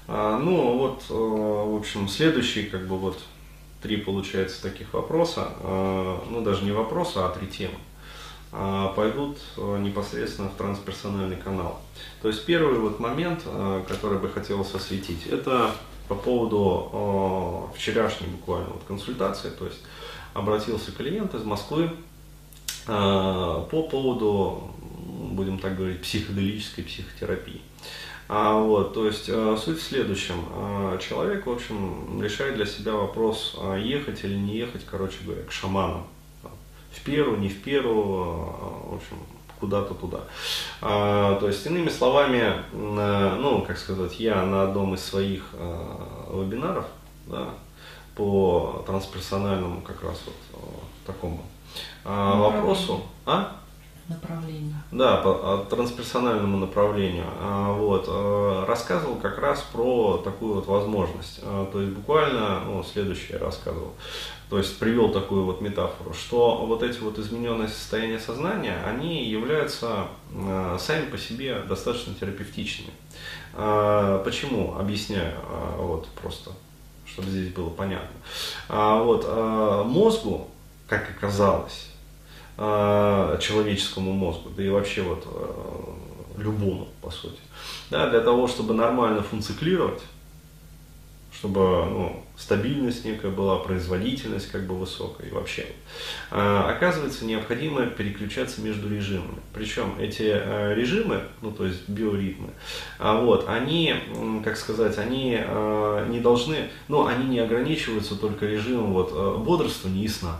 Ну вот, в общем, следующие как бы вот три получается таких вопроса, ну даже не вопроса, а три темы, пойдут непосредственно в трансперсональный канал. То есть первый вот момент, который бы хотелось осветить, это по поводу вчерашней буквально вот консультации. То есть обратился клиент из Москвы по поводу, будем так говорить, психоделической психотерапии. Вот, то есть суть в следующем. Человек, в общем, решает для себя вопрос, ехать или не ехать, короче говоря, к шаманам. В Перу, не в Перу, в общем, куда-то туда. То есть, иными словами, ну, как сказать, я на одном из своих вебинаров, да, по трансперсональному как раз вот такому вопросу. Направлению. Да, по трансперсональному направлению. Вот, рассказывал как раз про такую вот возможность. То есть буквально, ну, следующее я рассказывал. То есть привел такую вот метафору, что вот эти вот измененные состояния сознания, они являются сами по себе достаточно терапевтичными. Почему? Объясняю вот просто, чтобы здесь было понятно. Вот, мозгу, как оказалось, человеческому мозгу, да и вообще вот любому, по сути. Да, для того, чтобы нормально функционировать, чтобы, ну, стабильность некая была, производительность как бы высокая и вообще. Оказывается, необходимо переключаться между режимами. Причем эти режимы, ну то есть биоритмы, вот, они, как сказать, они не должны, ну они не ограничиваются только режимом вот, бодрствования и сна.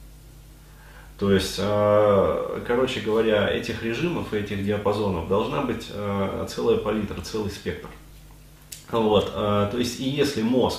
То есть, короче говоря, этих режимов и этих диапазонов должна быть целая палитра, целый спектр. Вот, то есть, и если мозг,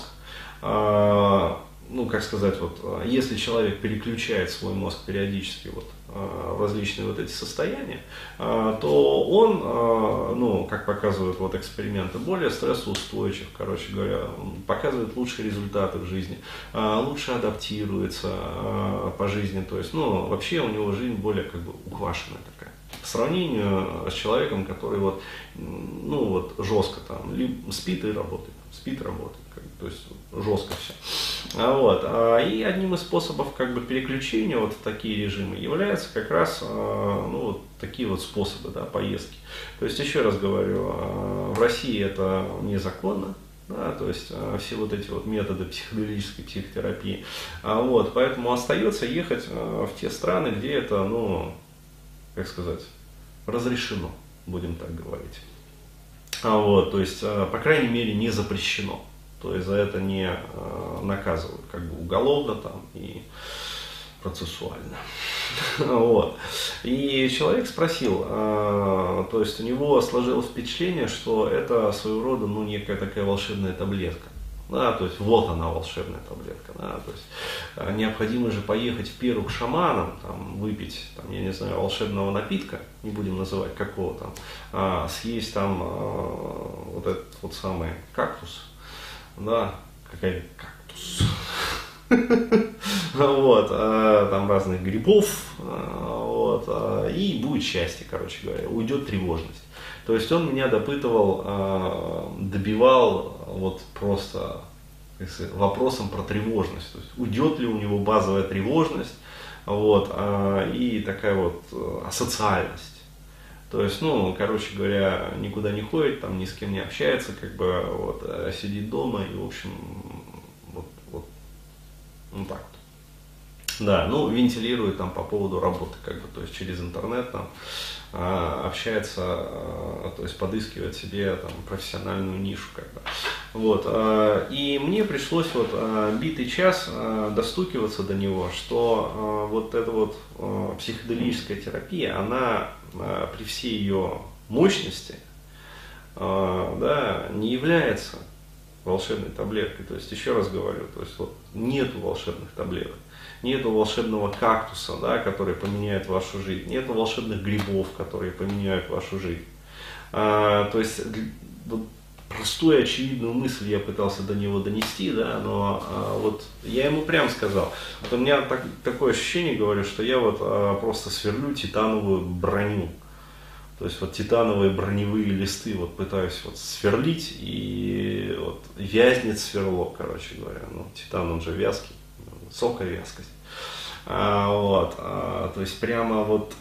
ну, как сказать, вот, если человек переключает свой мозг периодически вот, в различные вот эти состояния, то он, ну, как показывают вот эксперименты, более стрессоустойчив, короче говоря, показывает лучшие результаты в жизни, лучше адаптируется по жизни, то есть, ну, вообще у него жизнь более как бы ukvashenная такая. По сравнению с человеком, который вот, ну, вот жестко там, спит и работает, как бы, то есть жестко все. Вот. И одним из способов как бы переключения вот в такие режимы являются как раз, ну, вот такие вот способы, да, поездки. То есть, еще раз говорю, в России это незаконно. Да, то есть все вот эти вот методы психоделической психотерапии. Вот, поэтому остается ехать в те страны, где это, ну, как сказать, разрешено, будем так говорить. Вот, то есть, по крайней мере, не запрещено. То есть за это не наказывают как бы уголовно там и процессуально. Вот. И человек спросил, то есть у него сложилось впечатление, что это своего рода, ну, некая такая волшебная таблетка. Да, то есть вот она, волшебная таблетка. Да, то есть необходимо же поехать в Перу к шаманам, там, выпить, там, я не знаю, волшебного напитка, не будем называть какого там, съесть там вот этот вот самый кактус, да, какой кактус, вот, там разных грибов, вот, и будет счастье, короче говоря, уйдет тревожность. То есть он меня допытывал, добивал вот просто вопросом про тревожность. То есть уйдет ли у него базовая тревожность, вот, и такая вот асоциальность. То есть, ну, короче говоря, никуда не ходит, там ни с кем не общается, как бы вот, сидит дома и, в общем, вот так вот. Да, ну, вентилирует там по поводу работы, как бы, то есть через интернет там общается, то есть подыскивает себе там профессиональную нишу, как бы. Вот, и мне пришлось вот битый час достукиваться до него, что вот эта вот психоделическая терапия, она при всей ее мощности, да, не является волшебной таблеткой. То есть, еще раз говорю, то есть вот нету волшебных таблеток. Нету волшебного кактуса, да, который поменяет вашу жизнь. Нету волшебных грибов, которые поменяют вашу жизнь. То есть вот, простую очевидную мысль я пытался до него донести, да, но вот я ему прям сказал. Вот у меня такое ощущение, говорю, что я вот просто сверлю титановую броню. То есть вот титановые броневые листы вот пытаюсь вот сверлить, и вот вязнет сверло, короче говоря. Ну, титан, он же вязкий, высокая вязкость. Вот, то есть прямо вот,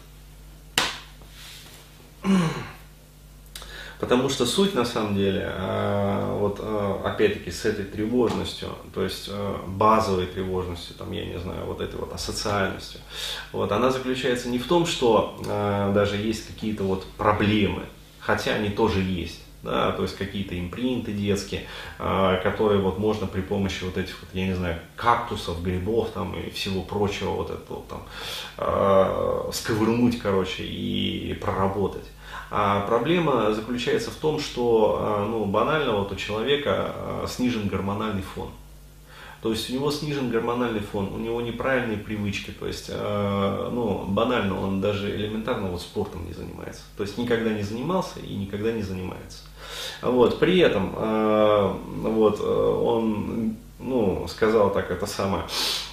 потому что суть на самом деле, вот опять-таки с этой тревожностью, то есть базовой тревожностью, там, я не знаю, вот этой вот асоциальностью, вот, она заключается не в том, что даже есть какие-то вот проблемы, хотя они тоже есть. Да, то есть какие-то импринты детские, которые вот можно при помощи вот этих вот, я не знаю, кактусов, грибов там и всего прочего вот этого там сковырнуть, короче, и проработать. А проблема заключается в том, что, ну, банально вот у человека снижен гормональный фон. То есть у него снижен гормональный фон, у него неправильные привычки, то есть, ну, банально, он даже элементарно вот спортом не занимается. То есть никогда не занимался и никогда не занимается. Вот, при этом, вот, он, ну, сказал так, это самое,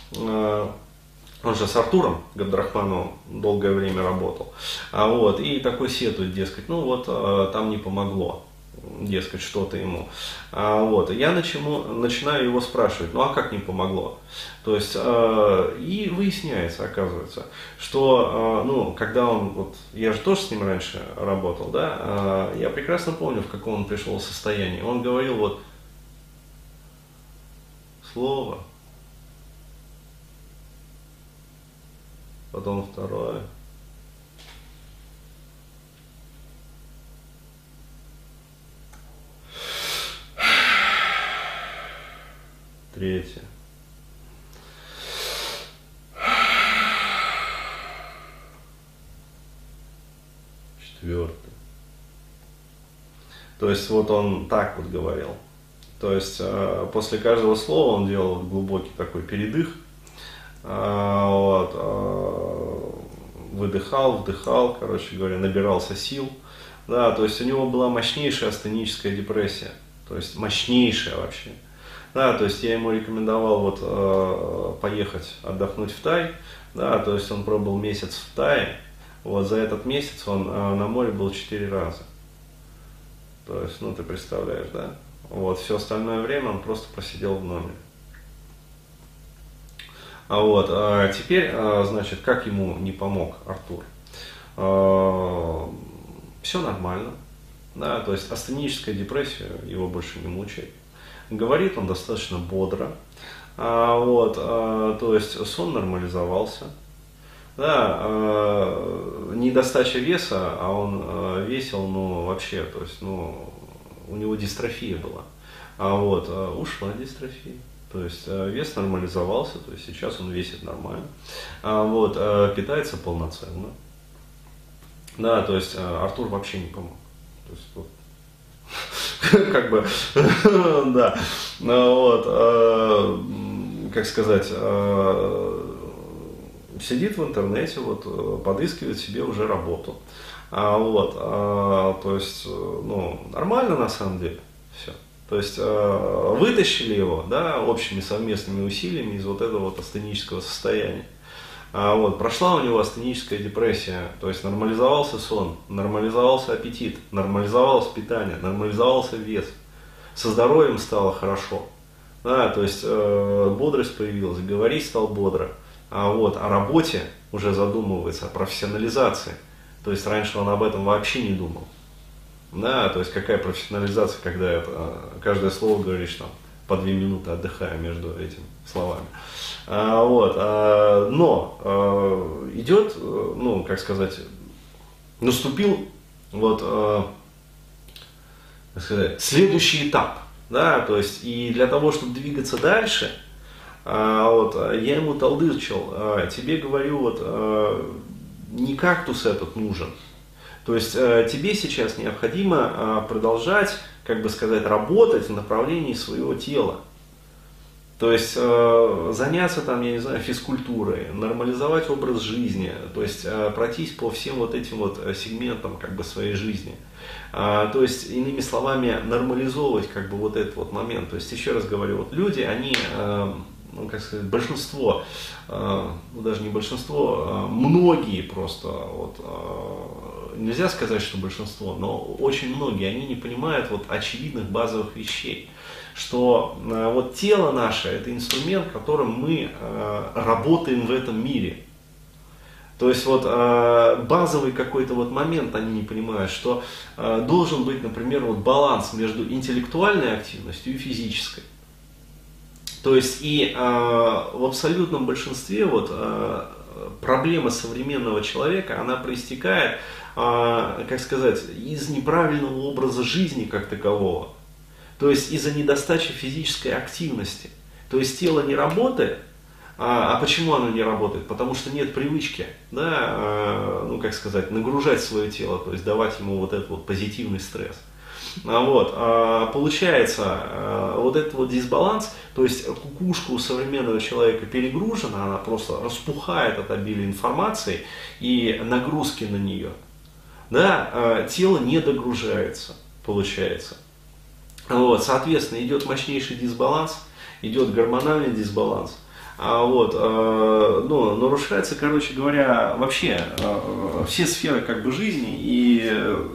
он же с Артуром Габдрахмановым долгое время работал, вот, и такой сетует, дескать, ну вот, там не помогло. Дескать, что-то ему. Вот. И я начинаю его спрашивать, ну а как не помогло? То есть, и выясняется, оказывается, что, ну, когда он, вот, я же тоже с ним раньше работал, да, я прекрасно помню, в каком он пришел состоянии. Он говорил вот слово, потом второе. Третье. Четвертое. То есть вот он так вот говорил. То есть после каждого слова он делал глубокий такой передых. Вот, выдыхал, вдыхал, короче говоря, набирался сил. Да, то есть у него была мощнейшая астеническая депрессия. То есть мощнейшая вообще. Да, то есть я ему рекомендовал вот поехать отдохнуть в Тай, да, то есть он пробыл месяц в Тае, вот за этот месяц он на море был 4 раза. То есть, ну ты представляешь, да? Вот, все остальное время он просто просидел в номере. Вот, теперь, значит, как ему не помог Артур? Все нормально, да, то есть астеническая депрессия его больше не мучает. Говорит он достаточно бодро, вот, то есть сон нормализовался, да, недостача веса, а он весил, ну, вообще, то есть, ну, у него дистрофия была, вот, ушла дистрофия, то есть вес нормализовался, то есть сейчас он весит нормально, вот, питается полноценно, да, то есть Артур вообще не помог, то есть, вот, как бы, да, вот, как сказать, сидит в интернете, вот, подыскивает себе уже работу, вот, то есть, ну, нормально на самом деле, все, то есть, вытащили его, да, общими совместными усилиями из вот этого вот астенического состояния. Вот, прошла у него астеническая депрессия, то есть нормализовался сон, нормализовался аппетит, нормализовалось питание, нормализовался вес, со здоровьем стало хорошо, да, то есть бодрость появилась, говорить стал бодро, вот, о работе уже задумывается, о профессионализации, то есть раньше он об этом вообще не думал, да, то есть какая профессионализация, когда это, каждое слово говоришь там по 2 минуты отдыхая между этими словами. Вот, но идет, ну, как сказать, наступил вот, как сказать, следующий этап, да, то есть и для того, чтобы двигаться дальше, вот, я ему толдычил, тебе говорю, вот, не кактус этот нужен, то есть тебе сейчас необходимо продолжать, как бы сказать, работать в направлении своего тела. То есть заняться там, я не знаю, физкультурой, нормализовать образ жизни, то есть пройтись по всем вот этим вот сегментам как бы своей жизни. То есть, иными словами, нормализовывать как бы вот этот вот момент. То есть, еще раз говорю, вот люди, они, ну, как сказать, большинство, ну, даже не большинство, многие просто вот, нельзя сказать, что большинство, но очень многие, они не понимают вот очевидных базовых вещей, что вот тело наше – это инструмент, которым мы работаем в этом мире. То есть вот базовый какой-то вот момент они не понимают, что должен быть, например, вот баланс между интеллектуальной активностью и физической. То есть и в абсолютном большинстве вот проблема современного человека, она проистекает, как сказать, из неправильного образа жизни как такового. То есть из-за недостачи физической активности. То есть тело не работает. А почему оно не работает? Потому что нет привычки, да, ну как сказать, нагружать свое тело, то есть давать ему вот этот вот позитивный стресс. Получается, вот этот вот дисбаланс, то есть кукушка у современного человека перегружена, она просто распухает от обилия информации и нагрузки на нее. Да, тело не догружается, получается. Соответственно, идет мощнейший дисбаланс, идет гормональный дисбаланс. Нарушается, короче говоря, вообще все сферы как бы жизни, и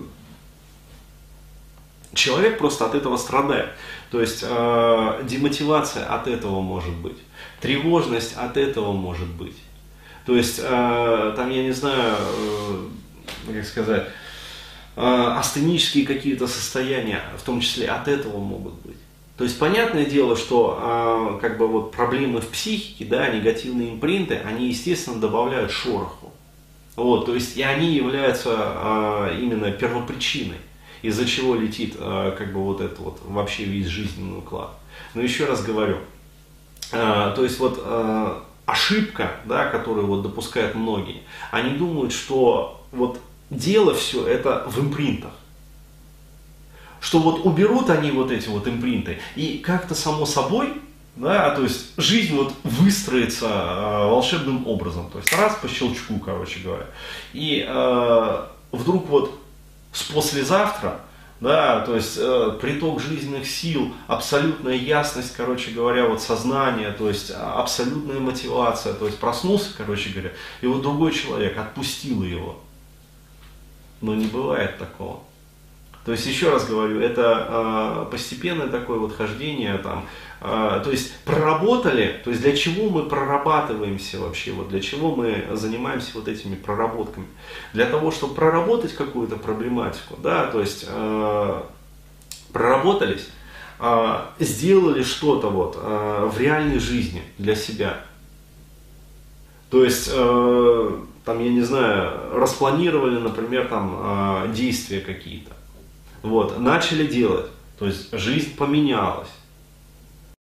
человек просто от этого страдает. То есть демотивация от этого может быть, тревожность от этого может быть. То есть там, я не знаю, как сказать, астенические какие-то состояния, в том числе от этого могут быть. То есть понятное дело, что как бы вот проблемы в психике, да, негативные импринты, они, естественно, добавляют шороху. То есть и они являются именно первопричиной, из-за чего летит как бы вот этот вот вообще весь жизненный уклад. Но еще раз говорю, то есть вот ошибка, да, которую вот допускают многие, они думают, что вот дело все это в импринтах. Что вот уберут они вот эти вот импринты, и как-то само собой, да, то есть жизнь вот выстроится волшебным образом. То есть раз по щелчку, короче говоря. И вдруг вот с послезавтра, да, то есть приток жизненных сил, абсолютная ясность, короче говоря, вот сознание, то есть абсолютная мотивация, то есть проснулся, короче говоря, и вот другой человек отпустил его. Но не бывает такого. То есть, еще раз говорю, это постепенное такое вот хождение, там, то есть проработали, то есть для чего мы прорабатываемся вообще, вот для чего мы занимаемся вот этими проработками? Для того, чтобы проработать какую-то проблематику, да, то есть проработались, сделали что-то вот в реальной жизни для себя. То есть, там, я не знаю, распланировали, например, там, действия какие-то. Начали делать, то есть жизнь поменялась,